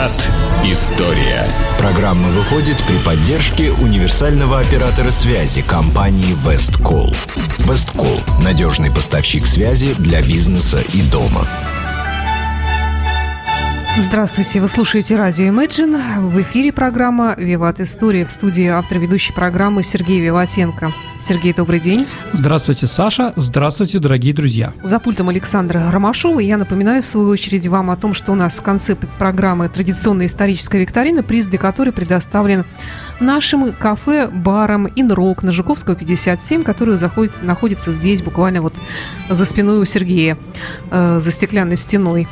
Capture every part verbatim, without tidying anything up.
Виват. История. Программа выходит при поддержке универсального оператора связи компании Весткол. Весткол – надежный поставщик связи для бизнеса и дома. Здравствуйте, вы слушаете радио Imagine. В эфире программа «Виват. История». В студии автор ведущей программы Сергей Виватенко. Сергей, добрый день. Здравствуйте, Саша. Здравствуйте, дорогие друзья. За пультом Александра Ромашова. И я напоминаю, в свою очередь, вам о том, что у нас в конце программы традиционная историческая викторина, приз для которой предоставлен нашим кафе, барам «Инрок» на Жуковского, пятьдесят семь, который заходит, находится здесь, буквально вот за спиной у Сергея, э, за стеклянной стеной.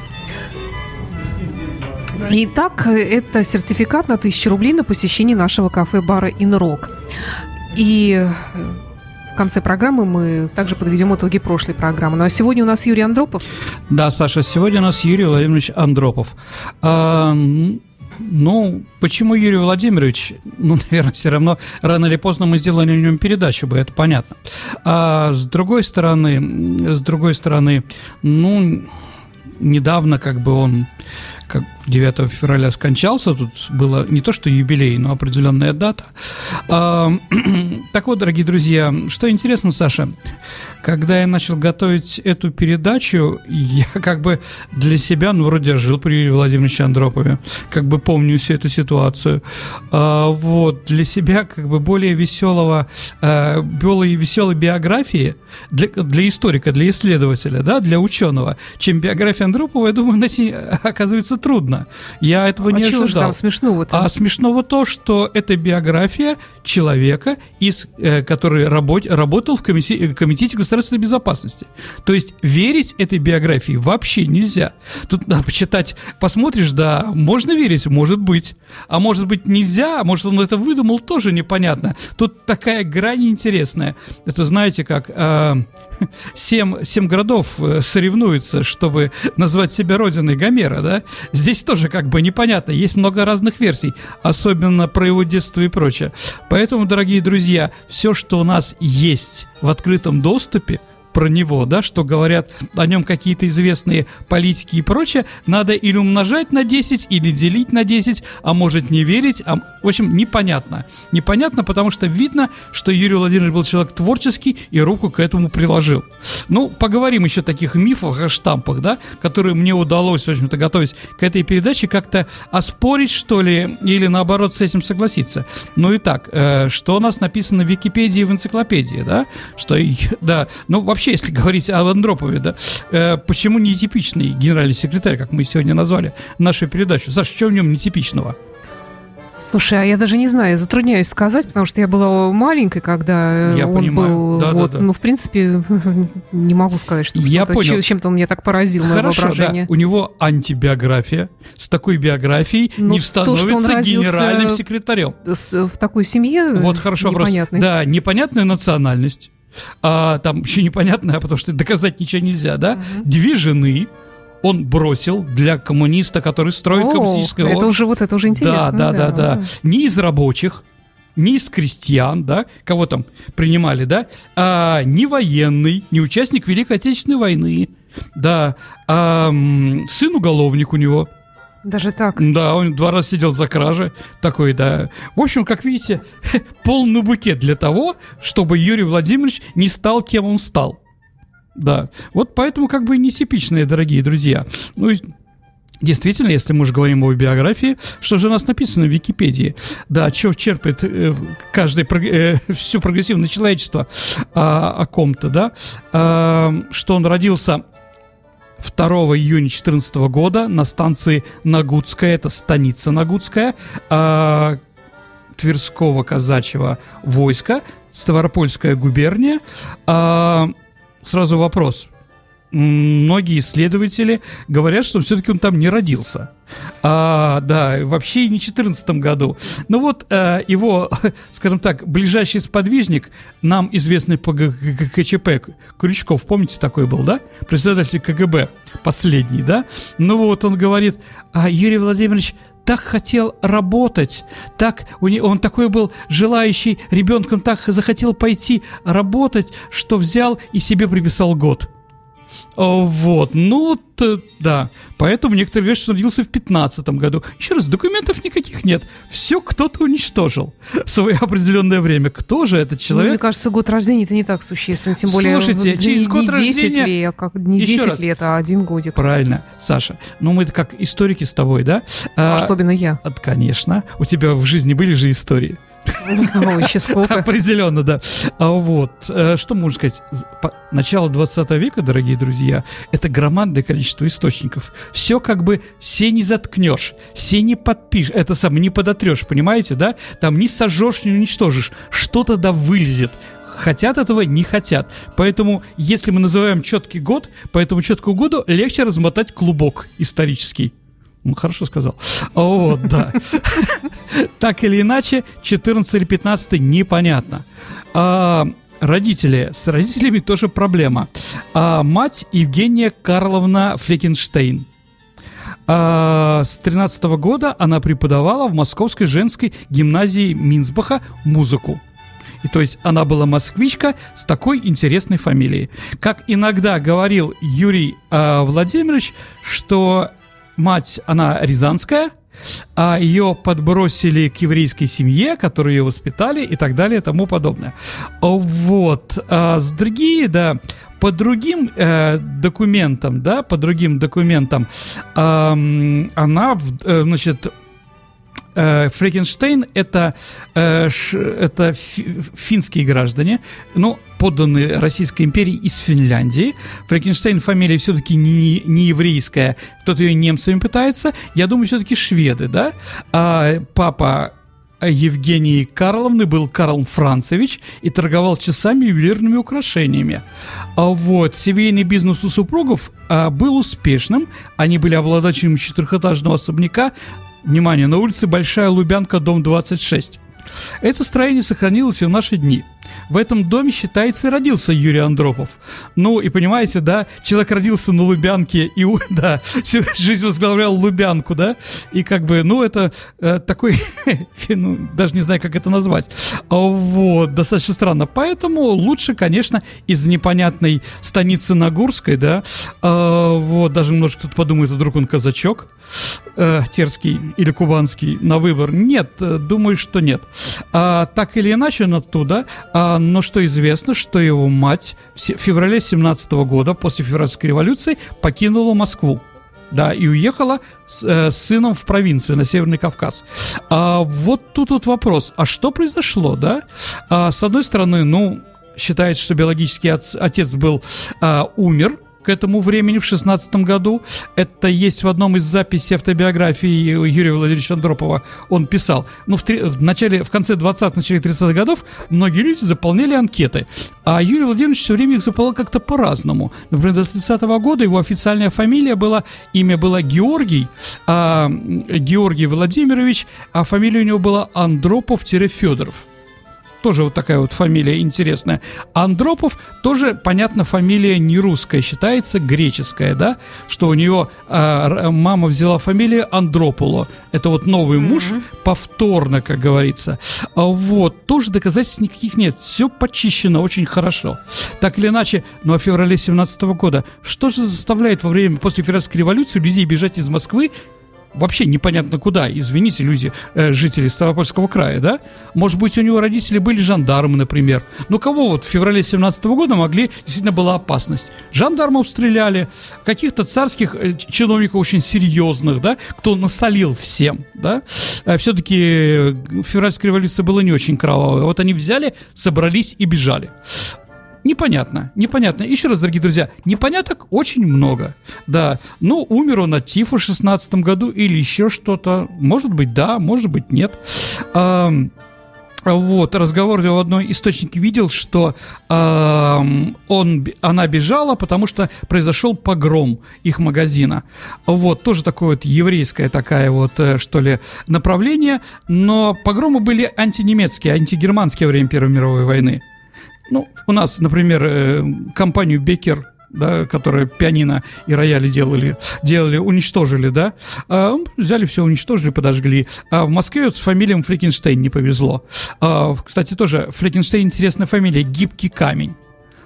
Итак, это сертификат на тысячу рублей на посещение нашего кафе-бара «Инрок». И в конце программы мы также подведем итоги прошлой программы. Ну а сегодня у нас Юрий Андропов. Да, Саша, сегодня у нас Юрий Владимирович Андропов. А, ну, почему Юрий Владимирович? Ну, наверное, все равно рано или поздно мы сделали о нем передачу бы, это понятно. А с другой стороны, с другой стороны, ну, недавно как бы он... как девятого февраля скончался, тут было не то что юбилей, но определенная дата. А, так вот, дорогие друзья, что интересно, Саша, когда я начал готовить эту передачу, я как бы для себя, ну, вроде жил при Юрии Владимировиче Андропове, как бы помню всю эту ситуацию. А, вот, для себя как бы более веселого, а, более веселой биографии для, для историка, для исследователя, да, для ученого, чем биография Андропова, я думаю, найти оказывается трудно. Я этого а не ожидал. А чего же там смешного-то? А смешного то, что это биография человека, из, э, который работ, работал в комитете, комитете государственной безопасности. То есть верить этой биографии вообще нельзя. Тут надо почитать, посмотришь, да, можно верить, может быть. А может быть нельзя, а может он это выдумал, тоже непонятно. Тут такая грань интересная. Это знаете как... Э, Семь, семь городов соревнуются, чтобы назвать себя родиной Гомера, да? Здесь тоже как бы непонятно, есть много разных версий, особенно про его детство и прочее. Поэтому, дорогие друзья, все, что у нас есть в открытом доступе про него, да, что говорят о нем какие-то известные политики и прочее, надо или умножать на десять, или делить на десять, а может не верить, а, в общем, непонятно. Непонятно, потому что видно, что Юрий Владимирович был человек творческий и руку к этому приложил. Ну, поговорим еще о таких мифах, о штампах, да, которые мне удалось, в общем-то, готовясь к этой передаче, как-то оспорить, что ли, или наоборот с этим согласиться. Ну и так, э, что у нас написано в Википедии и в энциклопедии, да, что, да, ну, вообще, Вообще, если говорить об Андропове, да, э, почему нетипичный генеральный секретарь, как мы сегодня назвали нашу передачу? Саша, что в нем нетипичного? Слушай, а я даже не знаю, затрудняюсь сказать, потому что я была маленькой, когда я он понимаю. был. Да, вот, да, да. Ну, в принципе, не могу сказать, что я понял. чем-то он меня так поразил, мое воображение. Да. У него антибиография. С такой биографией ну, не становится то, генеральным секретарем. В такой семье вот хорошо вопрос. Да, непонятная национальность. А, там еще непонятно, потому что доказать ничего нельзя, да? Uh-huh. Две жены он бросил для коммуниста, который строит О, коммунистическое общество. Это уже, вот это уже интересно. Да, да, да, да, да. Не из рабочих, не из крестьян, да, кого там принимали, да, а, не военный, не участник Великой Отечественной войны, да, а, сын уголовник у него. Даже так? Да, он два раза сидел за кражи. Такой, да. В общем, как видите, полный букет для того, чтобы Юрий Владимирович не стал, кем он стал. Да. Вот поэтому как бы нетипичные, дорогие друзья. Ну, действительно, если мы уже говорим о биографии, что же у нас написано в Википедии? Да, что черпает э, каждое, э, все прогрессивное человечество а, о ком-то, да? А, что он родился... второго июня две тысячи четырнадцатого года на станции Нагутская, это станица Нагутская, э, Тверского казачьего войска, Ставропольская губерния. Э, сразу вопрос. Многие исследователи говорят, что все-таки он там не родился. А, да, вообще и не в две тысячи четырнадцатом году. Ну вот а, его, скажем так, ближайший сподвижник, нам известный по ГКЧП, Крючков, помните, такой был, да? Председатель КГБ, последний, да? Ну вот он говорит, а Юрий Владимирович так хотел работать, так у него, он такой был желающий ребенком, так захотел пойти работать, что взял и себе приписал год. Вот, ну, т- да. Поэтому некоторые говорят, что он родился в пятнадцатом году. Еще раз, документов никаких нет. Все кто-то уничтожил в свое определенное время. Кто же этот человек? Ну, мне кажется, год рождения это не так существенно. Тем более, Слушайте, не, через год не десять рождения... лет, как, не Еще десять раз. лет, а один годик. Правильно, Саша. Ну, мы как историки с тобой, да? А, Особенно я. а, Конечно. У тебя в жизни были же истории. Ой, еще сколько. Определенно, да. А вот, э, что можно сказать? З- по- Начало двадцатого века, дорогие друзья, это громадное количество источников. Все как бы, все не заткнешь, все не подпишешь, это самое, не подотрешь, понимаете, да? Там не сожжешь, не уничтожишь, что-то да вылезет. Хотят этого, не хотят. Поэтому, если мы называем четкий год, по этому четкому году легче размотать клубок исторический. Ну, хорошо сказал. Вот, да. Так или иначе, четырнадцатый или пятнадцатый непонятно. А, родители. С родителями тоже проблема. А, мать Евгения Карловна Флекенштейн. А, с тринадцатого года она преподавала в Московской женской гимназии Минсбаха музыку. И то есть она была москвичка с такой интересной фамилией. Как иногда говорил Юрий э, Владимирович, что мать, она рязанская, а ее подбросили к еврейской семье, которые ее воспитали и так далее и тому подобное. Вот. А с другие, да, по другим э, документам, да, по другим документам э, она, э, значит... Флекенштейн это, э, ш, это фи, финские граждане, но подданные Российской империи из Финляндии. Флекенштейн фамилия все-таки не, не еврейская, кто-то ее немцами пытается. Я думаю, все-таки шведы, да? А папа Евгении Карловны был Карл Францевич и торговал часами и ювелирными украшениями. А вот семейный бизнес у супругов а, был успешным. Они были обладателями четырехэтажного особняка. Внимание, на улице Большая Лубянка, дом двадцать шесть. Это строение сохранилось и в наши дни. В этом доме, считается, и родился Юрий Андропов. Ну, и понимаете, да, человек родился на Лубянке и, да, всю жизнь возглавлял Лубянку, да, и как бы, ну, это э, такой, ну, даже не знаю, как это назвать, вот, достаточно странно. Поэтому лучше, конечно, из непонятной станицы Нагурской, да, э, вот, даже немножко кто-то подумает, вдруг он казачок, э, терский или кубанский, на выбор. Нет, э, думаю, что нет. А, так или иначе, он оттуда. А, но что известно, что его мать в феврале семнадцатого года, после февральской революции, покинула Москву. Да, и уехала с, э, с сыном в провинцию, на Северный Кавказ. А, вот тут вот вопрос, а что произошло, да? А, с одной стороны, ну, считается, что биологический отц, отец был, а, умер к этому времени, в шестнадцатом году. Это есть в одном из записей автобиографии Юрия Владимировича Андропова. Он писал, ну, в, три, в, начале, в конце двадцатых, начале тридцатых годов многие люди заполняли анкеты, а Юрий Владимирович все время их заполнял как-то по-разному. Например, до тридцатого года его официальная фамилия была, имя было Георгий, а, Георгий Владимирович, а фамилия у него была Андропов-Федоров. Тоже вот такая вот фамилия интересная. Андропов тоже, понятно, фамилия не русская, считается греческая, да? Что у него э, мама взяла фамилию Андропуло. Это вот новый муж, mm-hmm. повторно, как говорится. А вот, тоже доказательств никаких нет. Все почищено очень хорошо. Так или иначе, ну а в феврале семнадцатого года, что же заставляет во время, после февральской революции людей бежать из Москвы? Вообще непонятно куда, извините, люди, э, жители Ставропольского края, да? Может быть, у него родители были жандармы, например. Ну, кого вот в феврале семнадцатого года могли, действительно была опасность? Жандармов стреляли, каких-то царских э, чиновников очень серьезных, да? Кто насолил всем, да? Э, все-таки февральская революция была не очень кровавая. Вот они взяли, собрались и бежали. Непонятно, непонятно. Еще раз, дорогие друзья, непоняток очень много. Да, ну, умер он от тифа в шестнадцатом году или еще что-то. Может быть, да, может быть, нет. А, вот, разговор я в одном источнике видел, что а, он, она бежала, потому что произошел погром их магазина. Вот, тоже такое вот еврейское такая вот, что ли, направление. Но погромы были антинемецкие, антигерманские во время Первой мировой войны. Ну, у нас, например, компанию Беккер, да, которая пианино и рояли делали, делали, уничтожили, да, а, взяли все, уничтожили, подожгли. А в Москве вот с фамилией Флекенштейн не повезло. А, кстати, тоже Флекенштейн интересная фамилия, гибкий камень.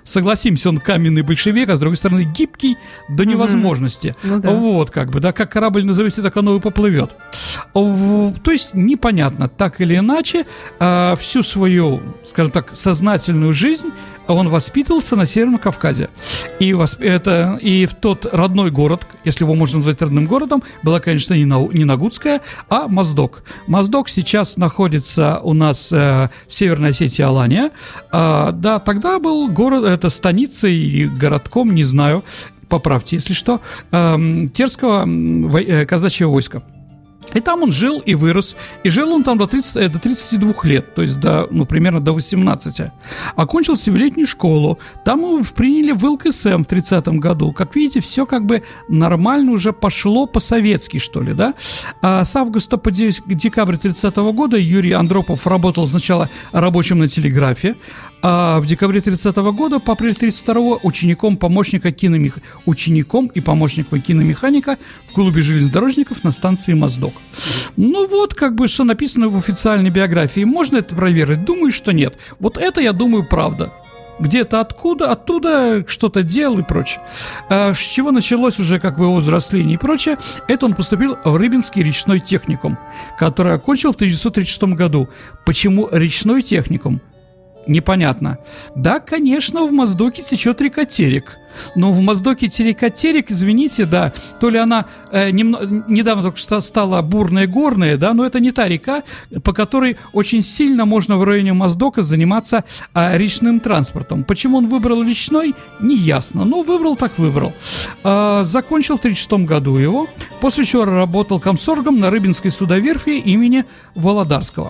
согласимся, он каменный большевик, а с другой стороны гибкий до невозможности. Ну да. Вот, как бы, да, как корабль назовете, так оно и поплывет. В- То есть непонятно, так или иначе, а, всю свою, скажем так, сознательную жизнь он воспитывался на Северном Кавказе. И, восп- это, и в тот родной город, если его можно назвать родным городом, была, конечно, не, Нау- не Нагутская, а Моздок. Моздок сейчас находится у нас э, в Северной Осетии, Алания. А, да, тогда был город, это станицей и городком, не знаю, поправьте, если что, э, Терского м, вой- э, казачьего войска. И там он жил и вырос. И жил он там до, тридцати, до тридцати двух лет, то есть до, ну, примерно до восемнадцати. Окончил семилетнюю школу. Там его приняли в ЛКСМ в тридцатом году. Как видите, все как бы нормально уже пошло по-советски, что ли, да? А с августа по декабрь тридцатого года Юрий Андропов работал сначала рабочим на телеграфе, а в декабре тридцатого года, по апрель тридцать второго учеником помощника киномех... учеником и помощником киномеханика в клубе железнодорожников на станции Моздок. Ну вот, как бы, что написано в официальной биографии. Можно это проверить? Думаю, что нет. Вот это, я думаю, правда. Где-то откуда, оттуда что-то делал и прочее. А с чего началось уже как бы его взросление и прочее, это он поступил в Рыбинский речной техникум, который окончил в тысяча девятьсот тридцать шестом году. Почему речной техникум? Непонятно. Да, конечно, в Моздоке течет река Терек. Но в Моздоке река Терек, извините, да, то ли она э, немно, недавно только что стала бурная горная, да, но это не та река, по которой очень сильно можно в районе Моздока заниматься э, речным транспортом. Почему он выбрал речной, не ясно, но выбрал так выбрал. Э, закончил в тридцать шестом году его, после чего работал комсоргом на Рыбинской судоверфи имени Володарского.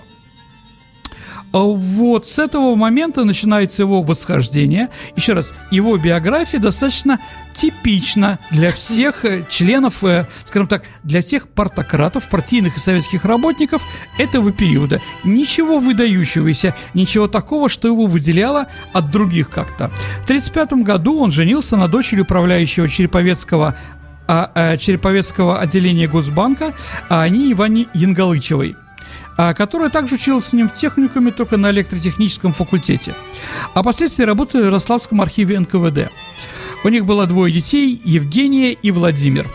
Вот с этого момента начинается его восхождение. Еще раз, его биография достаточно типична для всех членов, скажем так, для всех партократов, партийных и советских работников этого периода. Ничего выдающегося, ничего такого, что его выделяло от других как-то. В тридцать пятом году он женился на дочери управляющего Череповецкого, а, а, Череповецкого отделения Госбанка, а они Иване Янгалычевой, которая также училась с ним в техникуме, только на электротехническом факультете. А впоследствии работала в Ярославском архиве эн ка вэ дэ. У них было двое детей, Евгения и Владимир.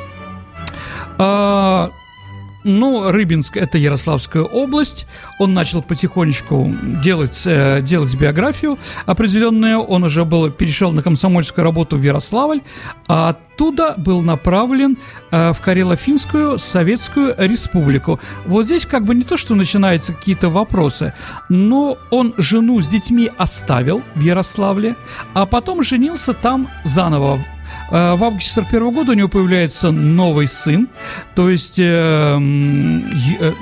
А, ну, Рыбинск – это Ярославская область. Он начал потихонечку делать, э, делать биографию определенную. Он уже был, перешел на комсомольскую работу в Ярославль, а оттуда был направлен э, в Карело-Финскую Советскую Республику. Вот здесь как бы не то, что начинаются какие-то вопросы, но он жену с детьми оставил в Ярославле, а потом женился там заново. В августе сорок первого года у него появляется новый сын, то есть, э, э,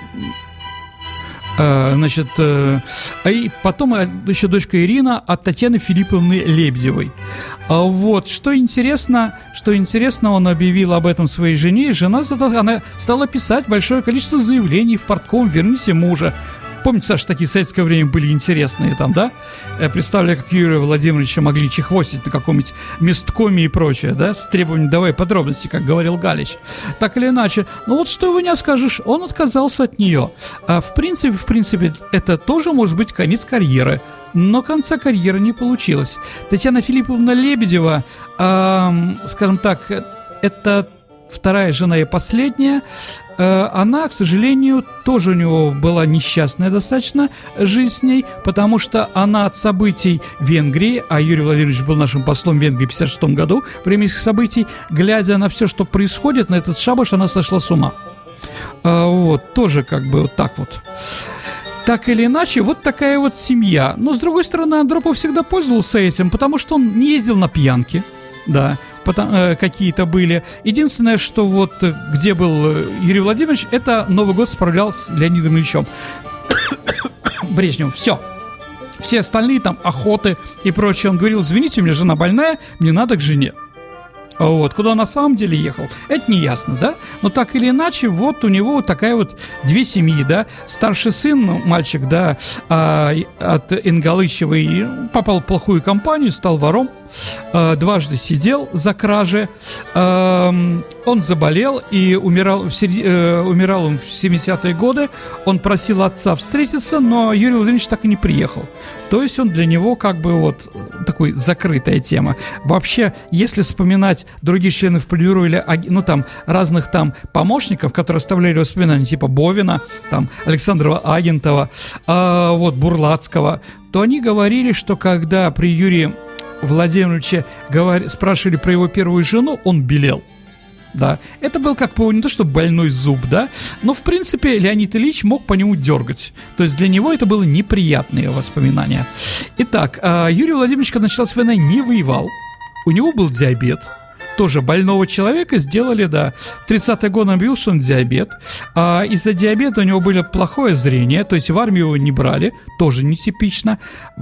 э, значит, э, и потом еще дочка Ирина от Татьяны Филипповны Лебедевой. Вот, что интересно, что интересно, он объявил об этом своей жене, и жена, она стала писать большое количество заявлений в партком «Верните мужа». Помните, Саша, такие в советское время были интересные там, да? Я представляю, как Юрия Владимировича могли чехвостить на каком-нибудь месткоме и прочее, да? С требованием «давай подробности», как говорил Галич. Так или иначе. Ну вот что его не скажешь, он отказался от нее. А в принципе, в принципе, это тоже может быть конец карьеры. Но конца карьеры не получилось. Татьяна Филипповна Лебедева, эм, скажем так, это вторая жена и последняя. Она, к сожалению, тоже у него была несчастная достаточно жизнь с ней, потому что она от событий в Венгрии, а Юрий Владимирович был нашим послом в Венгрии в пятьдесят шестом году, время этих событий, глядя на все, что происходит, на этот шабаш, она сошла с ума. Вот, тоже как бы вот так вот. Так или иначе, вот такая вот семья. Но, с другой стороны, Андропов всегда пользовался этим, потому что он не ездил на пьянки, да, какие-то были. Единственное, что вот где был Юрий Владимирович, это Новый год справлял с Леонидом Ильичем Брежневым. Все. Все остальные там охоты и прочее. Он говорил: извините, у меня жена больная, мне надо к жене. Вот. Куда он на самом деле ехал, это не ясно, да? Но так или иначе, вот у него вот такая вот две семьи, да? Старший сын, мальчик, да, от Ингалычевой попал в плохую компанию, стал вором. э, дважды сидел за кражи. Э, он заболел и умирал, в серед... э, умирал он в семидесятые годы. Он просил отца встретиться, но Юрий Владимирович так и не приехал. То есть он для него как бы вот такой закрытая тема. Вообще, если вспоминать других членов Политбюро или, ну, там, разных там помощников, которые оставляли воспоминания, типа Бовина, там, Александрова Агентова, э, вот, Бурлацкого, то они говорили, что когда при Юрии Владимировиче говор... спрашивали про его первую жену, он белел. Да, это был как бы не то, что больной зуб, да, но в принципе Леонид Ильич мог по нему дергать. То есть для него это было неприятные воспоминания. Итак, Юрий Владимирович, когда началась война, не воевал. У него был диабет. Тоже больного человека сделали, да. В тридцатые годы он объявил, что он диабет. А из-за диабета у него было плохое зрение, то есть в армию его не брали, тоже нетипично.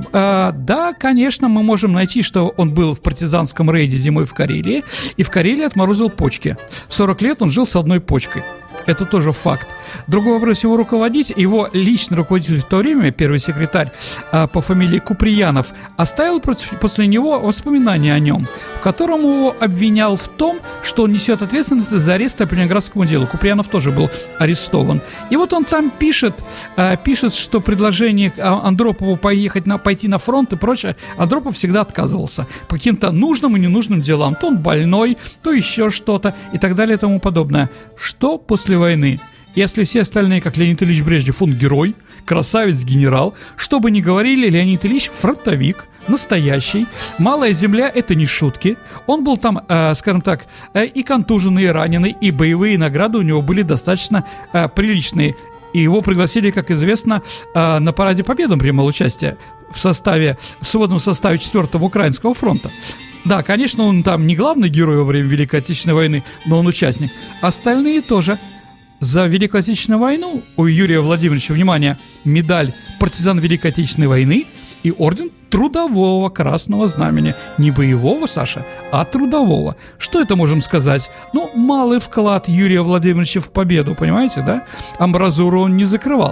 А, да, конечно, мы можем найти, что он был в партизанском рейде зимой в Карелии, и в Карелии отморозил почки. В сорок лет он жил с одной почкой. Это тоже факт. Другой вопрос, его руководитель, его личный руководитель в то время, первый секретарь а, по фамилии Куприянов, оставил против, после него воспоминания о нем, в котором его обвинял в том, что он несет ответственность за арест по Ленинградскому делу. Куприянов тоже был арестован. И вот он там пишет, а, пишет, что предложение Андропову поехать на, пойти на фронт и прочее, Андропов всегда отказывался по каким-то нужным и ненужным делам. То он больной, то еще что-то и так далее и тому подобное. Что после войны? Если все остальные, как Леонид Ильич Брежнев, он герой, красавец, генерал, что бы ни говорили, Леонид Ильич фронтовик, настоящий. Малая земля — это не шутки. Он был там, э, скажем так, э, и контуженный, и раненый, и боевые награды у него были достаточно э, приличные. И его пригласили, как известно, э, на параде Победы, он принимал участие в составе, в сводном составе четвёртого Украинского фронта. Да, конечно, он там не главный герой во время Великой Отечественной войны, но он участник. Остальные тоже. За Великую Отечественную войну у Юрия Владимировича, внимание, медаль партизан Великой Отечественной войны и орден Трудового Красного Знамени. Не боевого, Саша, а трудового. Что это можем сказать? Ну, малый вклад Юрия Владимировича в победу, понимаете, да? Амбразуру он не закрывал.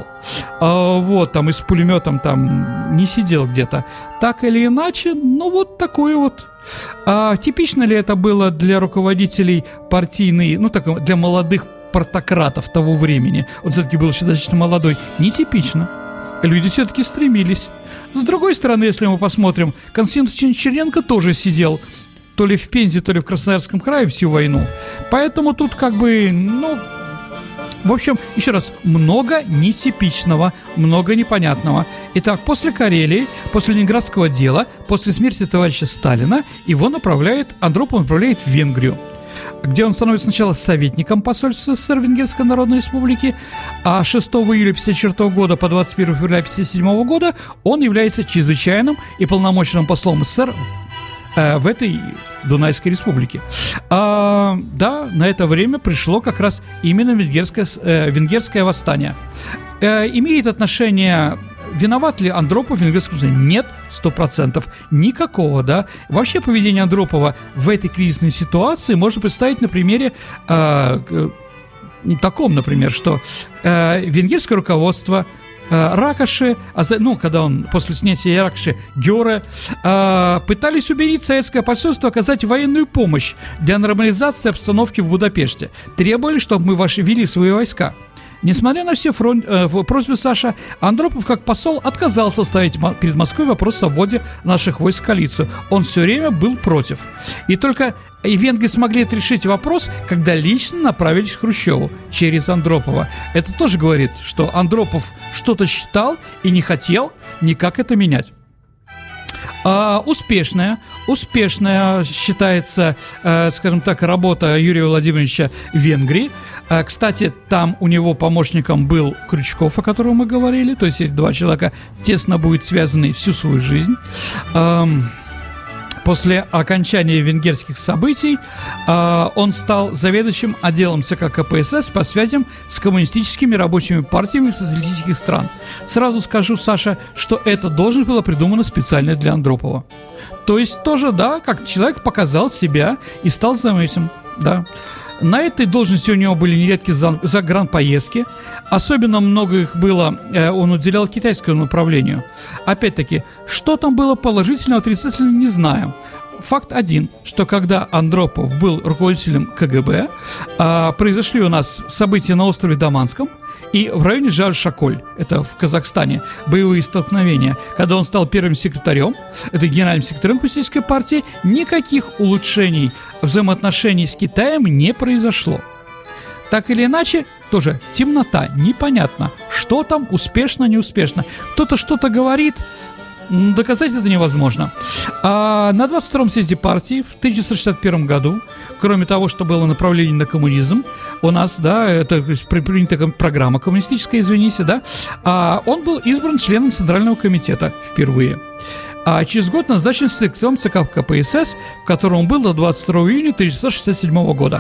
А, вот, там и с пулеметом там не сидел где-то. Так или иначе, ну вот такое вот. А типично ли это было для руководителей партийной, ну так, для молодых партократов того времени? Он все-таки был еще достаточно молодой. Нетипично. Люди все-таки стремились. С другой стороны, если мы посмотрим, Константин Черненко тоже сидел то ли в Пензе, то ли в Красноярском крае всю войну. Поэтому тут как бы, ну... В общем, еще раз, много нетипичного, много непонятного. Итак, после Карелии, после Ленинградского дела, после смерти товарища Сталина, его направляет, Андропов направляет в Венгрию, где он становится сначала советником посольства СССР Венгерской Народной Республики, а шестого июля тысяча девятьсот пятьдесят четвёртого года по двадцать первого февраля тысяча девятьсот пятьдесят седьмого года он является чрезвычайным и полномочным послом СССР э, в этой Дунайской республике. А, да, на это время пришло как раз именно венгерское, э, венгерское восстание. Э, имеет отношение... Виноват ли Андропов в венгерском восстании? Нет, сто процентов. Никакого, да. Вообще поведение Андропова в этой кризисной ситуации можно представить на примере э, э, таком, например, что э, венгерское руководство, э, Ракоши, а, ну, когда он после снятия Ракоши, Гёре, э, пытались убедить советское посольство оказать военную помощь для нормализации обстановки в Будапеште. Требовали, чтобы мы ваши ввели свои войска. Несмотря на все фронт, э, просьбы Саша, Андропов как посол отказался ставить перед Москвой вопрос о вводе наших войск в столицу. Он все время был против. И только и венгры смогли решить вопрос, когда лично направились к Хрущеву через Андропова. Это тоже говорит, что Андропов что-то считал и не хотел никак это менять. А, успешная, успешная считается, э, скажем так, работа Юрия Владимировича в Венгрии. А, кстати, там у него помощником был Крючков, о котором мы говорили. То есть эти два человека тесно будут связаны всю свою жизнь. А, после окончания венгерских событий а, он стал заведующим отделом ЦК КПСС по связям с коммунистическими рабочими партиями социалистических стран. Сразу скажу, Саша, что эта должность была придумана специально для Андропова. То есть тоже, да, как человек показал себя и стал заметен, да. На этой должности у него были нередки загранпоездки. Особенно много их было, э, он уделял китайскому направлению. Опять-таки, что там было положительного, отрицательного, не знаем. факт один, что когда Андропов был руководителем КГБ, а, произошли у нас события на острове Даманском и в районе Жар-Шаколь, это в Казахстане, боевые столкновения. Когда он стал первым секретарем, это генеральным секретарем Коммунистической партии, никаких улучшений взаимоотношений с Китаем не произошло. Так или иначе, тоже темнота, непонятно, что там, успешно, неуспешно. Кто-то что-то говорит, доказать это невозможно. А на двадцать втором съезде партии в тысяча девятьсот шестьдесят первом году, кроме того, что было направление на коммунизм, у нас, да, это принята программа коммунистическая, извините, да, а он был избран членом Центрального комитета впервые. А через год назначен секретарем ЦК КПСС, в котором он был до двадцать второго июня тысяча девятьсот шестьдесят седьмого года.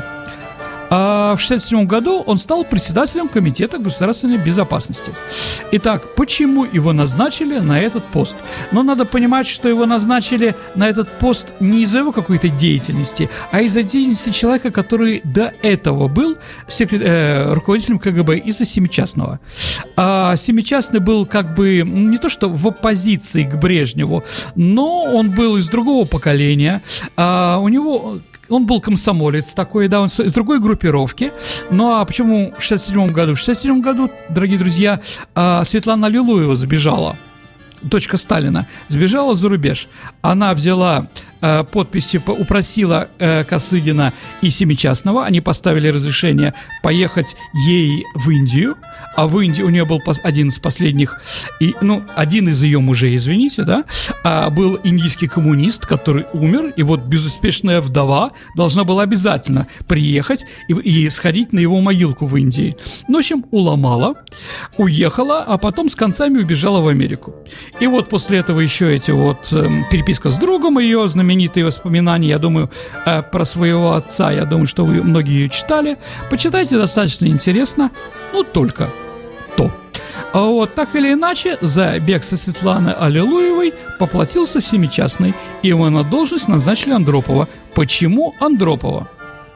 А в шестьдесят седьмом году он стал председателем Комитета государственной безопасности. Итак, почему его назначили на этот пост? Но надо понимать, что его назначили на этот пост не из-за его какой-то деятельности, а из-за деятельности человека, который до этого был секрет... э, руководителем КГБ, из-за Семичастного. А Семичастный был как бы не то что в оппозиции к Брежневу, но он был из другого поколения. А у него... Он был комсомолец такой, да, он из другой группировки. Ну а почему в шестьдесят седьмом году? В шестьдесят седьмом году, дорогие друзья, Светлана Аллилуева сбежала, дочка Сталина, сбежала за рубеж. Она взяла э, подписи, упросила э, Косыгина и Семичастного. Они поставили разрешение поехать ей в Индию. А в Индии у нее был один из последних, и, ну, один из ее мужей, извините, да, а, был индийский коммунист, который умер, и вот безуспешная вдова должна была обязательно приехать и, и сходить на его могилку в Индии. Ну, в общем, уломала, уехала, а потом с концами убежала в Америку. И вот после этого еще эти вот э, переписка с другом, ее знаменитые воспоминания, я думаю, э, про своего отца, я думаю, что вы многие ее читали. Почитайте, достаточно интересно, ну, только то. А вот так или иначе, за бегство Светланы Аллилуевой поплатился Семичастный, и его на должность назначили Андропова. Почему Андропова?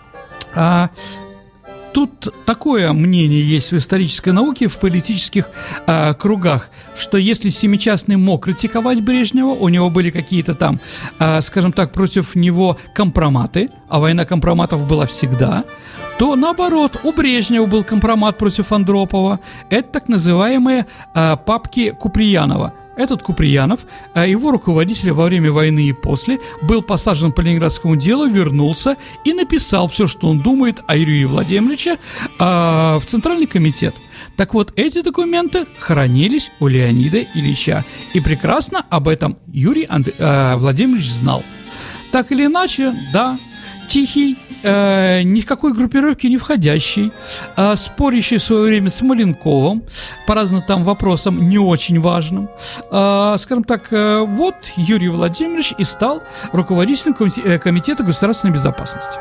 А, тут такое мнение есть в исторической науке, в политических а, кругах, что если Семичастный мог критиковать Брежнева, у него были какие-то там, а, скажем так, против него компроматы, а война компроматов была всегда, то наоборот, у Брежнева был компромат против Андропова. Это так называемые а, папки Куприянова. Этот Куприянов, а, его руководитель во время войны и после, был посажен по Ленинградскому делу, вернулся и написал все, что он думает о Юрии Владимировиче, а, в Центральный комитет. Так вот, эти документы хранились у Леонида Ильича, и прекрасно об этом Юрий Анд... а, Владимирович знал. Так или иначе, да, тихий, э, ни в какой группировке не входящий, э, спорящий в свое время с Маленковым по разным там вопросам не очень важным. Э, скажем так, э, вот Юрий Владимирович и стал руководителем Комитета государственной безопасности.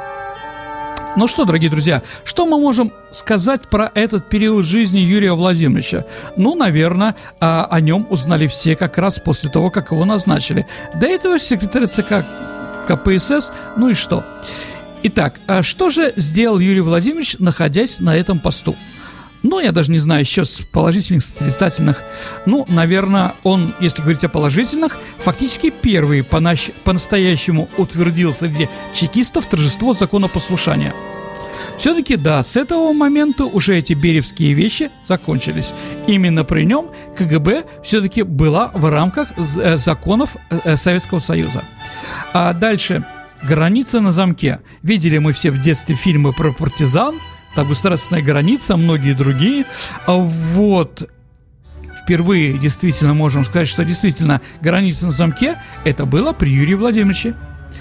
Ну что, дорогие друзья, что мы можем сказать про этот период жизни Юрия Владимировича? Ну, наверное, э, о нем узнали все как раз после того, как его назначили. До этого секретарь ЦК КПСС, ну и что? Итак, а что же сделал Юрий Владимирович, находясь на этом посту? Ну, я даже не знаю, еще с положительных, с отрицательных. Ну, наверное, он, если говорить о положительных, фактически первый по- по-настоящему утвердил среди чекистов торжество законопослушания. Все-таки, да, с этого момента уже эти беревские вещи закончились. Именно при нем КГБ все-таки была в рамках законов Советского Союза. А дальше, граница на замке. Видели мы все в детстве фильмы про партизан, там государственная граница, многие другие. А вот впервые действительно можем сказать, что действительно граница на замке, это было при Юрии Владимировиче.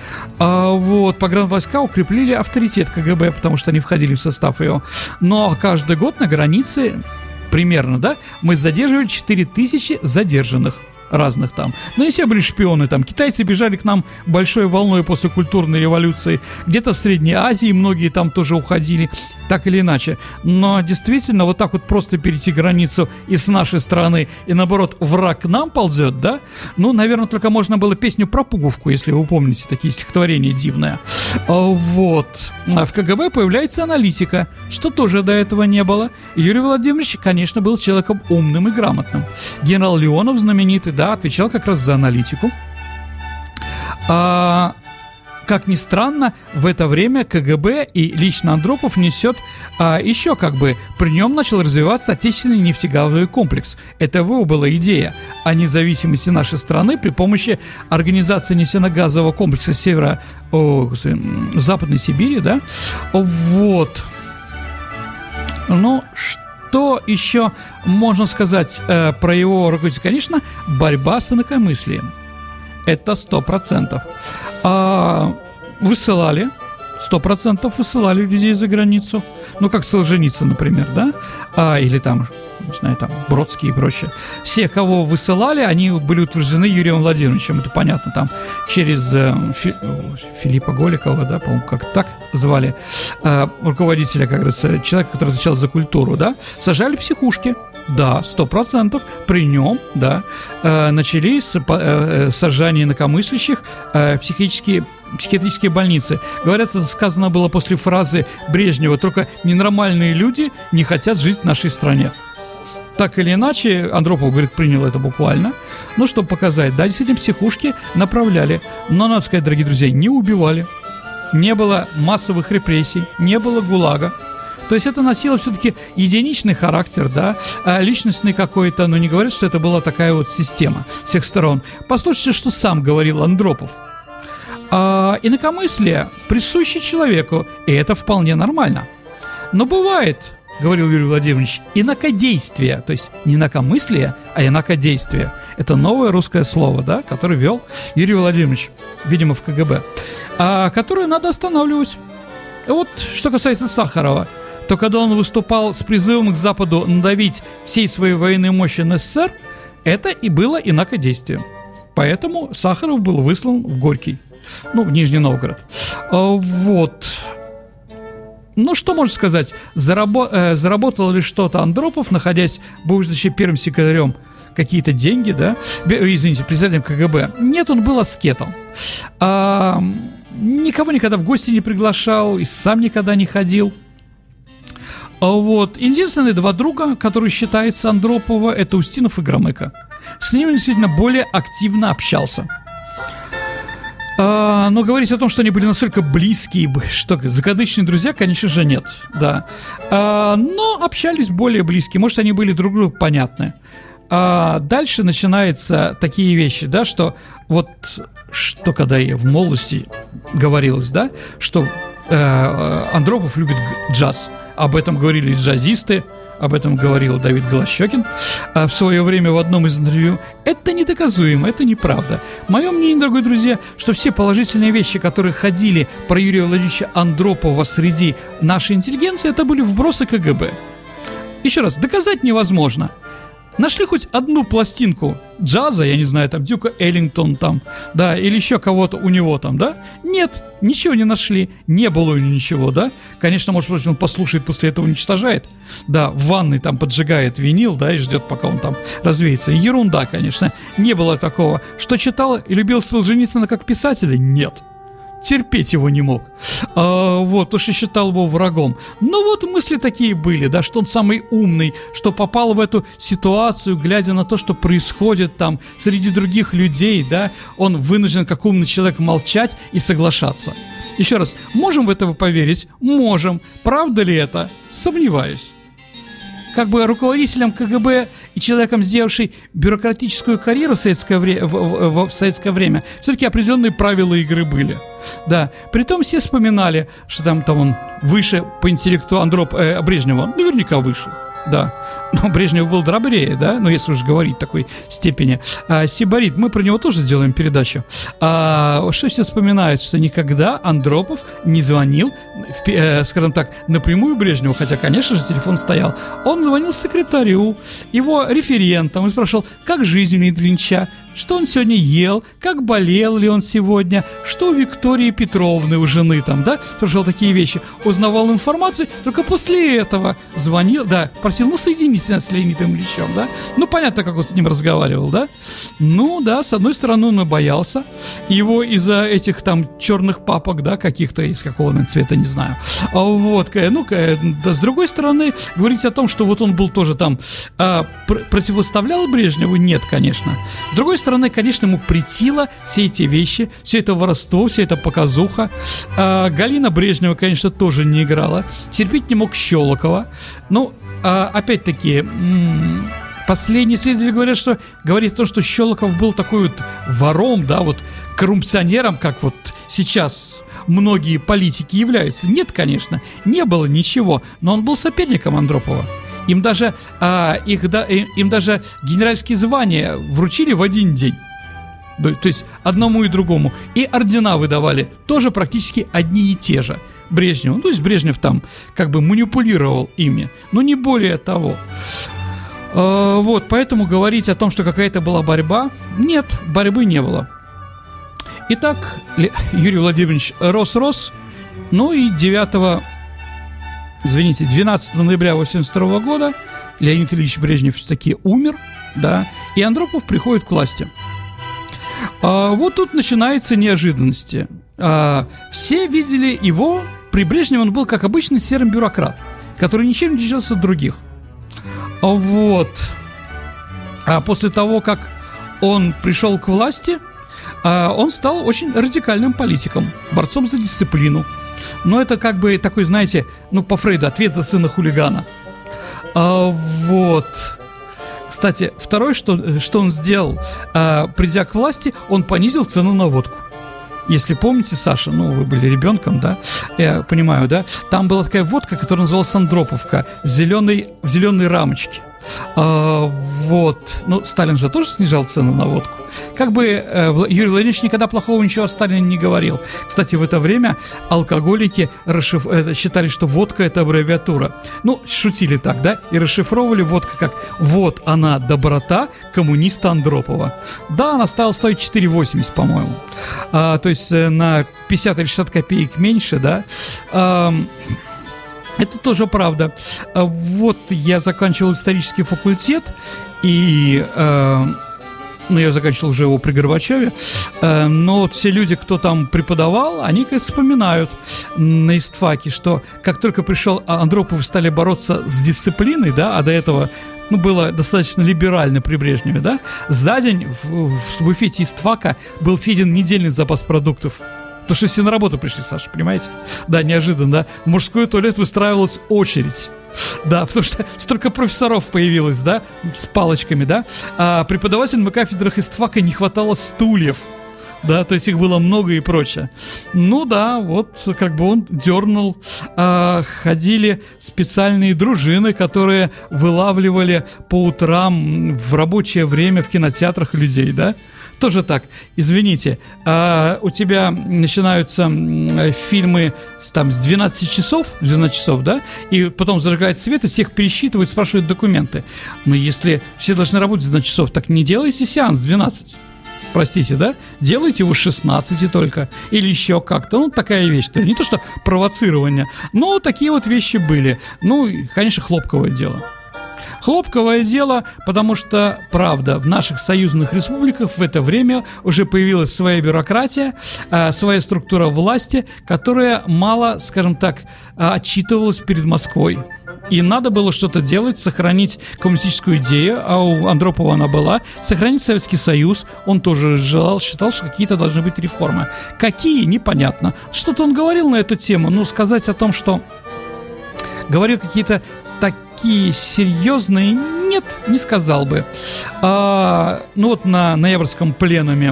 А вот погранвойска укрепили авторитет КГБ, потому что они входили в состав его. Но каждый год на границе, примерно, да, мы задерживали четыре тысячи задержанных разных там. Но не все были шпионы там. Китайцы бежали к нам большой волной после культурной революции. Где-то в Средней Азии многие там тоже уходили, так или иначе. Но действительно, вот так вот просто перейти границу и с нашей стороны, и наоборот, враг к нам ползет, да? Ну, наверное, только можно было песню про Пуговку, если вы помните, такие стихотворения дивные. Вот. А в КГБ появляется аналитика, что тоже до этого не было. Юрий Владимирович, конечно, был человеком умным и грамотным. Генерал Леонов знаменитый, да, отвечал как раз за аналитику. А, Как ни странно, в это время КГБ и лично Андропов несет а, еще как бы, при нем начал развиваться отечественный нефтегазовый комплекс. Это его была идея о независимости нашей страны при помощи организации нефтяно-газового комплекса севера, о, Западной Сибири, да, вот. Ну, что еще можно сказать э, про его руководителя? Конечно, борьба с инакомыслием. Это сто процентов. А, высылали, сто процентов высылали людей за границу. Ну, как Солженицын, например, да? А, или там, не знаю, там, Бродский и прочее. Все, кого высылали, они были утверждены Юрием Владимировичем. Это понятно, там, через э, Фи, Филиппа Голикова, да, по-моему, как так звали, э, руководителя, как раз, человека, который отвечал за культуру, да? Сажали в психушки. Да, сто процентов при нем, да, э, начались э, сажания инакомыслящих э, психические, психиатрические больницы. Говорят, это сказано было после фразы Брежнева: только ненормальные люди не хотят жить в нашей стране. Так или иначе, Андропов, говорит, принял это буквально. Ну, чтобы показать, да, действительно, психушки направляли. Но, надо сказать, дорогие друзья, не убивали. Не было массовых репрессий, не было ГУЛАГа. То есть это носило все-таки единичный характер, да, личностный какой-то, но не говорят, что это была такая вот система с всех сторон. Послушайте, что сам говорил Андропов. А, инакомыслие присуще человеку, и это вполне нормально. Но бывает, говорил Юрий Владимирович, инакодействие, то есть не инакомыслие, а инакодействие. Это новое русское слово, да, которое вел Юрий Владимирович, видимо, в КГБ, а, которое надо останавливать. Вот что касается Сахарова, то когда он выступал с призывом к Западу надавить всей своей военной мощи на СССР, это и было инакодействием. Поэтому Сахаров был выслан в Горький, ну, в Нижний Новгород. Вот. Ну, что можно сказать? Зарабо- э, заработал ли что-то Андропов, находясь, будучи первым секретарем, какие-то деньги, да? Б- извините, председателем КГБ? Нет, он был аскетом. А, никого никогда в гости не приглашал, и сам никогда не ходил. Вот. Единственные два друга, которые считаются Андропова, это Устинов и Громыко. С ними действительно более активно общался. А, но говорить о том, что они были настолько близкие, что закадычные друзья, конечно же, нет. Да. А, но общались более близкие. Может, они были друг другу понятны. А дальше начинаются такие вещи, да, что вот что когда и в молодости говорилось, да, что э, Андропов любит джаз. Об этом говорили джазисты, об этом говорил Давид Голощёкин а в свое время в одном из интервью. Это недоказуемо, это неправда. Мое мнение, дорогие друзья, что все положительные вещи, которые ходили про Юрия Владимировича Андропова среди нашей интеллигенции, это были вбросы КГБ. Еще раз, доказать невозможно. Нашли хоть одну пластинку джаза, я не знаю, там, Дюка Эллингтон там, да, или еще кого-то у него там, да? Нет, ничего не нашли, не было у него ничего, да? Конечно, может быть, он послушает, после этого уничтожает, да, в ванной там поджигает винил, да, и ждет, пока он там развеется. Ерунда, конечно, не было такого. Что читал и любил Солженицына как писателя? Нет. Терпеть его не мог, а, вот, уж и считал его врагом. Но вот мысли такие были, да, что он самый умный, что попал в эту ситуацию, глядя на то, что происходит там среди других людей, да, он вынужден, как умный человек, молчать и соглашаться. Еще раз, можем в это поверить? Можем. Правда ли это? Сомневаюсь. Как бы руководителем КГБ и человеком, сделавший бюрократическую карьеру в советское, вре- в, в, в советское время, все-таки определенные правила игры были. Да, притом все вспоминали, что там, там он выше по интеллекту Андроп, э, Брежнева, наверняка выше, да. Но Брежнев был дробрее, да, ну если уж говорить в такой степени. А, Сибарит, мы про него тоже сделаем передачу. А, что все вспоминают, что никогда Андропов не звонил, э, скажем так, напрямую Брежневу, хотя, конечно же, телефон стоял. Он звонил секретарю, его референтам, и спрашивал, как жизнь у Ильича, что он сегодня ел, как болел ли он сегодня, что у Виктории Петровны, у жены там, да, спрашивал такие вещи, узнавал информацию, только после этого звонил, да, попросил, ну, соедините нас с Леонидом Ильичем, да. Ну, понятно, как он с ним разговаривал, да. Ну, да, с одной стороны, он и боялся его из-за этих там черных папок, да, каких-то, из какого цвета, не знаю. Вот, ну, да, с другой стороны, говорить о том, что вот он был тоже там, а, пр- противоставлял Брежневу, нет, конечно. С другой стороны, конечно, ему претило все эти вещи, все это воровство, вся эта показуха. А, Галина Брежнева, конечно, тоже не играла. Терпеть не мог Щелокова. Ну, а, опять-таки, м- последние исследователи говорят, что говорит о том, что Щелоков был такой вот вором, да, вот коррупционером, как вот сейчас многие политики являются. Нет, конечно, не было ничего, но он был соперником Андропова. Им даже, а, их, да, им даже генеральские звания вручили в один день. То есть одному и другому. И ордена выдавали тоже практически одни и те же Брежневу. Ну, то есть Брежнев там как бы манипулировал ими, но не более того. А, вот, поэтому говорить о том, что какая-то была борьба, нет, борьбы не было. Итак, Юрий Владимирович рос-рос, ну и девятого, извините, двенадцатого ноября восемьдесят второго года Леонид Ильич Брежнев все-таки умер, да, и Андропов приходит к власти. А, вот тут начинаются неожиданности. А, все видели его, при Брежневе он был, как обычный, серым бюрократ, который ничем не отличался от других. А, вот. А после того, как он пришел к власти, он стал очень радикальным политиком, борцом за дисциплину. Но это как бы такой, знаете, ну, по Фрейду, ответ за сына хулигана. А, вот. Кстати, второе, что, что он сделал, а, придя к власти, он понизил цену на водку. Если помните, Саша, ну, вы были ребенком, да, я понимаю, да, там была такая водка, которая называлась Андроповка, в зеленой, в зеленой рамочке. А, вот, ну, Сталин же тоже снижал цену на водку. Как бы э, Юрий Владимирович никогда плохого ничего о Сталине не говорил. Кстати, в это время алкоголики расшиф... э, считали, что водка — это аббревиатура. Ну, шутили так, да, и расшифровывали водка как «Вот она, доброта коммуниста Андропова». Да, она стала стоить четыре восемьдесят, по-моему. А, то есть э, на пятьдесят или шестьдесят копеек меньше, да. А, это тоже правда. Вот я заканчивал исторический факультет, и э, ну, я заканчивал уже его при Горбачеве, э, но вот все люди, кто там преподавал, они, как вспоминают на истфаке, что как только пришел Андропов, стали бороться с дисциплиной, да, а до этого, ну, было достаточно либерально при Брежневе, да, за день в, в буфете истфака был съеден недельный запас продуктов. Потому что все на работу пришли, Саша, понимаете? Да, неожиданно, да. В мужской туалет выстраивалась очередь. Да, потому что столько профессоров появилось, да, с палочками, да. А преподавателям на кафедрах истфака не хватало стульев. Да, то есть их было много и прочее. Ну да, вот как бы он дернул. А, ходили специальные дружины, которые вылавливали по утрам в рабочее время в кинотеатрах людей, да. Тоже так, извините, а у тебя начинаются фильмы с, там, с двенадцати часов, двенадцать часов, да, и потом зажигает свет, и всех пересчитывают, спрашивают документы. Но если все должны работать в двенадцать часов, так не делайте сеанс в двенадцать. Простите, да? Делайте его с шестнадцати только. Или еще как-то. Ну, такая вещь. Не то, что провоцирование, но такие вот вещи были. Ну, конечно, хлопковое дело. Хлопковое дело, потому что, правда, в наших союзных республиках в это время уже появилась своя бюрократия, э, своя структура власти, которая мало, скажем так, отчитывалась перед Москвой. И надо было что-то делать, сохранить коммунистическую идею, а у Андропова она была, сохранить Советский Союз. Он тоже желал, считал, что какие-то должны быть реформы. Какие? Непонятно. Что-то он говорил на эту тему, но сказать о том, что говорил какие-то такие серьезные, нет, не сказал бы. А, ну вот на ноябрьском пленуме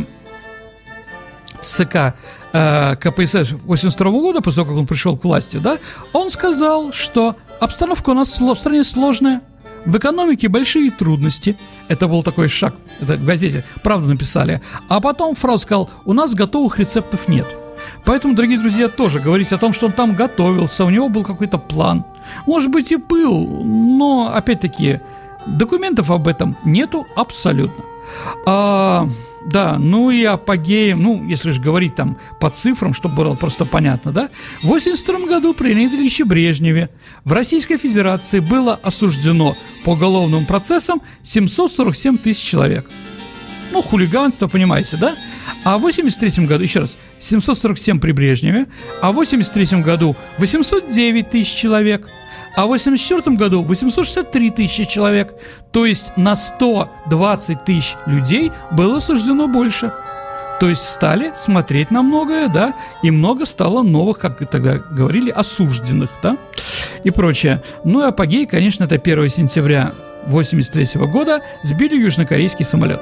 ЦК э, КПСС восемьдесят второго года, после того, как он пришел к власти, да, он сказал, что обстановка у нас в стране сложная, в экономике большие трудности. Это был такой шаг, это в газете «Правда» написали. А потом фразу сказал: у нас готовых рецептов нет. Поэтому, дорогие друзья, тоже говорить о том, что он там готовился, у него был какой-то план. Может быть и был, но, опять-таки, документов об этом нету абсолютно. А, Да, ну и апогеем, ну, если же говорить там по цифрам, чтобы было просто понятно, да, в восемьдесят втором году при Леониде Ильиче Брежневе в Российской Федерации было осуждено по уголовным процессам семьсот сорок семь тысяч человек. Ну, хулиганство, понимаете, да? А в восемьдесят третьем году, еще раз, семьсот сорок семь при Брежневе, а в восемьдесят третьем году восемьсот девять тысяч человек, а в восемьдесят четвёртом году восемьсот шестьдесят три тысячи человек. То есть на сто двадцать тысяч людей было осуждено больше. То есть стали смотреть на многое, да, и много стало новых, как тогда говорили, осужденных, да, и прочее. Ну и апогей, конечно, это первого сентября восемьдесят третьего года сбили южнокорейский самолет.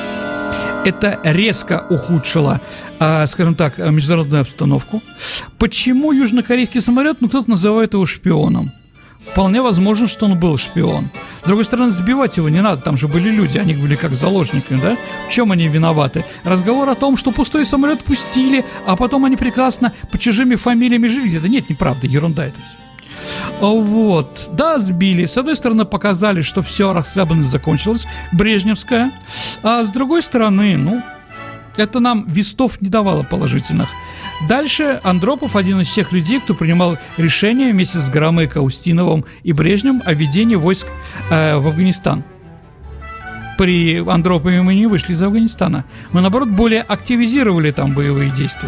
Это резко ухудшило, э, скажем так, международную обстановку. Почему южнокорейский самолет? Ну, кто-то называет его шпионом. Вполне возможно, что он был шпион. С другой стороны, сбивать его не надо, там же были люди, они были как заложники, да? В чем они виноваты? Разговор о том, что пустой самолет пустили, а потом они прекрасно по чужими фамилиями жили где-то. Нет, неправда, ерунда это все. Вот, да, сбили. С одной стороны, показали, что все, расслабленность закончилась, брежневская. А с другой стороны, ну, это нам вестов не давало положительных. Дальше Андропов один из тех людей, кто принимал решение вместе с Громыко, Устиновым и Брежневым о введении войск э, в Афганистан. При Андропове мы не вышли из Афганистана. Мы, наоборот, более активизировали там боевые действия.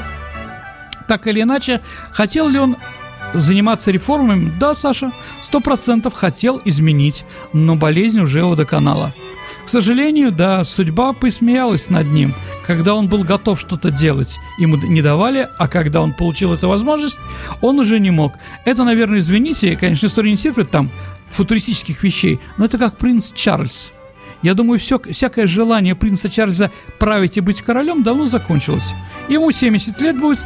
Так или иначе, хотел ли он заниматься реформами? Да, Саша, сто процентов хотел изменить, но болезнь уже его доконала. К сожалению, да, судьба посмеялась над ним. Когда он был готов что-то делать, ему не давали, а когда он получил эту возможность, он уже не мог. Это, наверное, извините, конечно, история не терпит там футуристических вещей, но это как принц Чарльз. Я думаю, все, всякое желание принца Чарльза править и быть королем давно закончилось. Ему семьдесят лет будет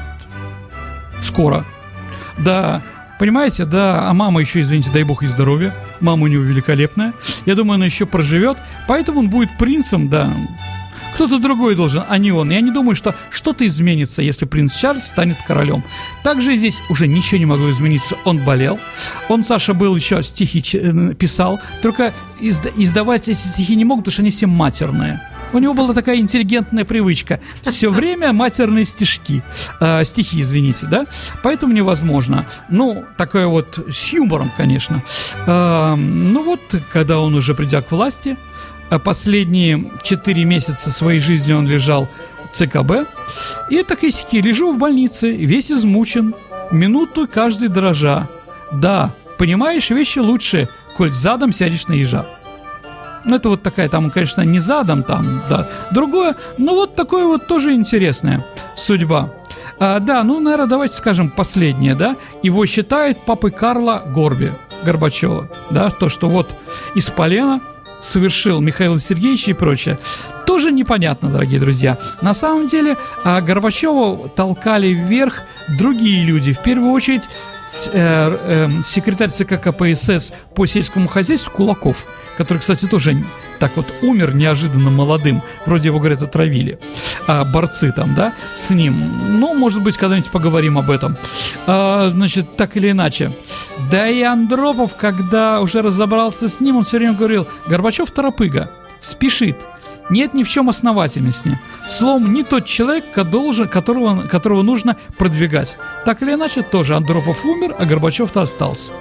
скоро. Да, понимаете, да, а мама еще, извините, дай бог ей здоровья. Мама у него великолепная. Я думаю, она еще проживет. Поэтому он будет принцем, да. Кто-то другой должен, а не он. Я не думаю, что что-то изменится, если принц Чарльз станет королем. Также здесь уже ничего не могло измениться. Он болел. Он, Саша, был еще стихи писал. Только издавать эти стихи не мог, потому что они все матерные. У него была такая интеллигентная привычка. Все время матерные стишки. Э, стихи, извините, да? Поэтому невозможно. Ну, такое вот с юмором, конечно. Э, ну вот, когда он уже придя к власти, последние четыре месяца своей жизни он лежал в ЦКБ. И такие стихи. Лежу в больнице, весь измучен, минуту каждый дрожа. Да, понимаешь, вещи лучше, коль задом сядешь на ежа. Ну, это вот такая, там, конечно, не задом, там, да, другое, но вот такое вот тоже интересная судьба. А, да, ну, наверное, давайте скажем последнее, да, его считают папой Карла Горби, Горбачева, да, то, что вот из полена совершил Михаил Сергеевич и прочее. Тоже непонятно, дорогие друзья. На самом деле Горбачева толкали вверх другие люди, в первую очередь э, э, секретарь ЦК КПСС по сельскому хозяйству Кулаков, который, кстати, тоже так вот умер неожиданно молодым. Вроде его, говорят, отравили. А, борцы там, да, с ним. Ну, может быть, когда-нибудь поговорим об этом. А, значит, так или иначе. Да и Андропов, когда уже разобрался с ним, он все время говорил: Горбачев торопыга, спешит. Нет ни в чем основательности. Словом, не тот человек, которого, которого нужно продвигать. Так или иначе, тоже Андропов умер, а Горбачев-то остался.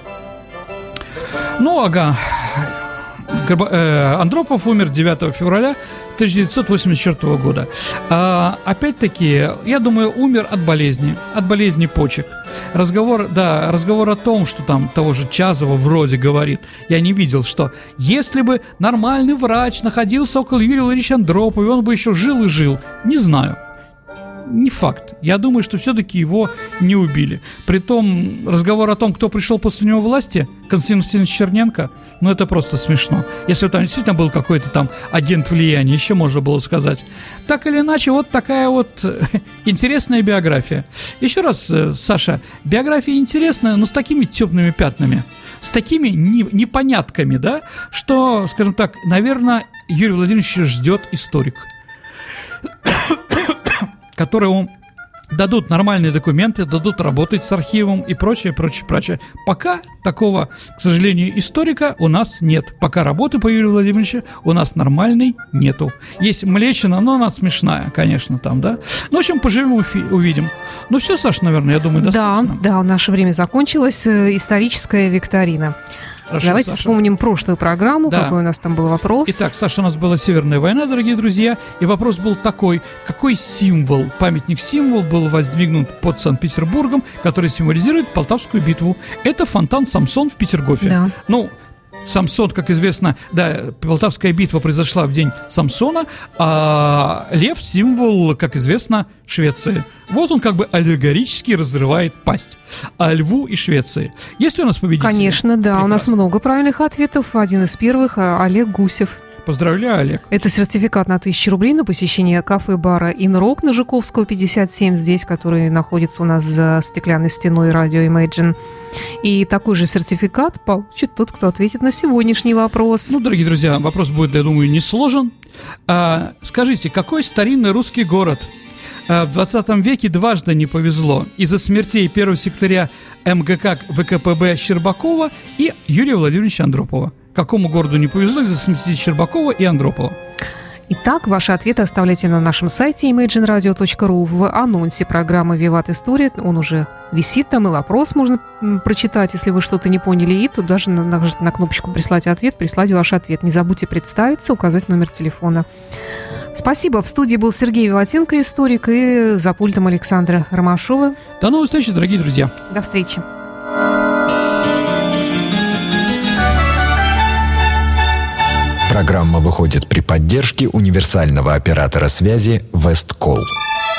Ну, ага. Горб... Э, Андропов умер девятого февраля тысяча девятьсот восемьдесят четвёртого года. А, опять-таки, я думаю, умер от болезни, от болезни почек. Разговор, да, разговор о том, что там того же Чазова вроде говорит, я не видел, что если бы нормальный врач находился около Юрия Владимировича Андропова, он бы еще жил и жил. Не знаю. Не факт. Я думаю, что все-таки его не убили. Притом, разговор о том, кто пришел после него к власти, Константин Васильевич Черненко, ну это просто смешно. Если там действительно был какой-то там агент влияния, еще можно было сказать. Так или иначе, вот такая вот интересная биография. Еще раз, Саша, биография интересная, но с такими темными пятнами, с такими не, непонятками, да, что, скажем так, наверное, Юрий Владимирович ждет историк, который он дадут нормальные документы, дадут работать с архивом и прочее, прочее, прочее. Пока такого, к сожалению, историка у нас нет. Пока работы по Юрию Владимировичу у нас нормальной нету. Есть Млечина, но она смешная, конечно, там, да. Ну, в общем, поживем, увидим. Ну, все, Саша, наверное, я думаю, достаточно. Да, да, наше время закончилось. Историческая викторина. Хорошо, Давайте Саша. вспомним прошлую программу, Да. какой у нас там был вопрос. Итак, Саша, у нас была Северная война, дорогие друзья, и вопрос был такой: какой символ, памятник-символ был воздвигнут под Санкт-Петербургом, который символизирует Полтавскую битву? Это фонтан Самсон в Петергофе. Да. Ну, Самсон, как известно, да, Полтавская битва произошла в день Самсона, а лев — символ, как известно, Швеции. Вот он как бы аллегорически разрывает пасть а льву и Швеции. Есть ли у нас победитель? Конечно, да, Прекрасно. у нас много правильных ответов. Один из первых — Олег Гусев. Поздравляю, Олег. Это сертификат на тысячу рублей на посещение кафе-бара «Инрок» на Жуковского, пятьдесят семь, здесь, который находится у нас за стеклянной стеной радио Imagine. И такой же сертификат получит тот, кто ответит на сегодняшний вопрос. Ну, дорогие друзья, вопрос будет, я думаю, не сложен. А, скажите, какой старинный русский город а, в двадцатом веке дважды не повезло из-за смертей первого секретаря МГК ВКПБ Щербакова и Юрия Владимировича Андропова? Какому городу не повезло из-за смерти Щербакова и Андропова? Итак, ваши ответы оставляйте на нашем сайте имэджин радио точка ру в анонсе программы «Виват История». Он уже висит там, и вопрос можно м, прочитать, если вы что-то не поняли. И тут даже нажать на кнопочку «Прислать ответ», прислать ваш ответ. Не забудьте представиться, указать номер телефона. Спасибо. В студии был Сергей Виватенко, историк, и за пультом Александра Ромашова. До новых встреч, дорогие друзья. До встречи. Программа выходит при поддержке универсального оператора связи Весткол.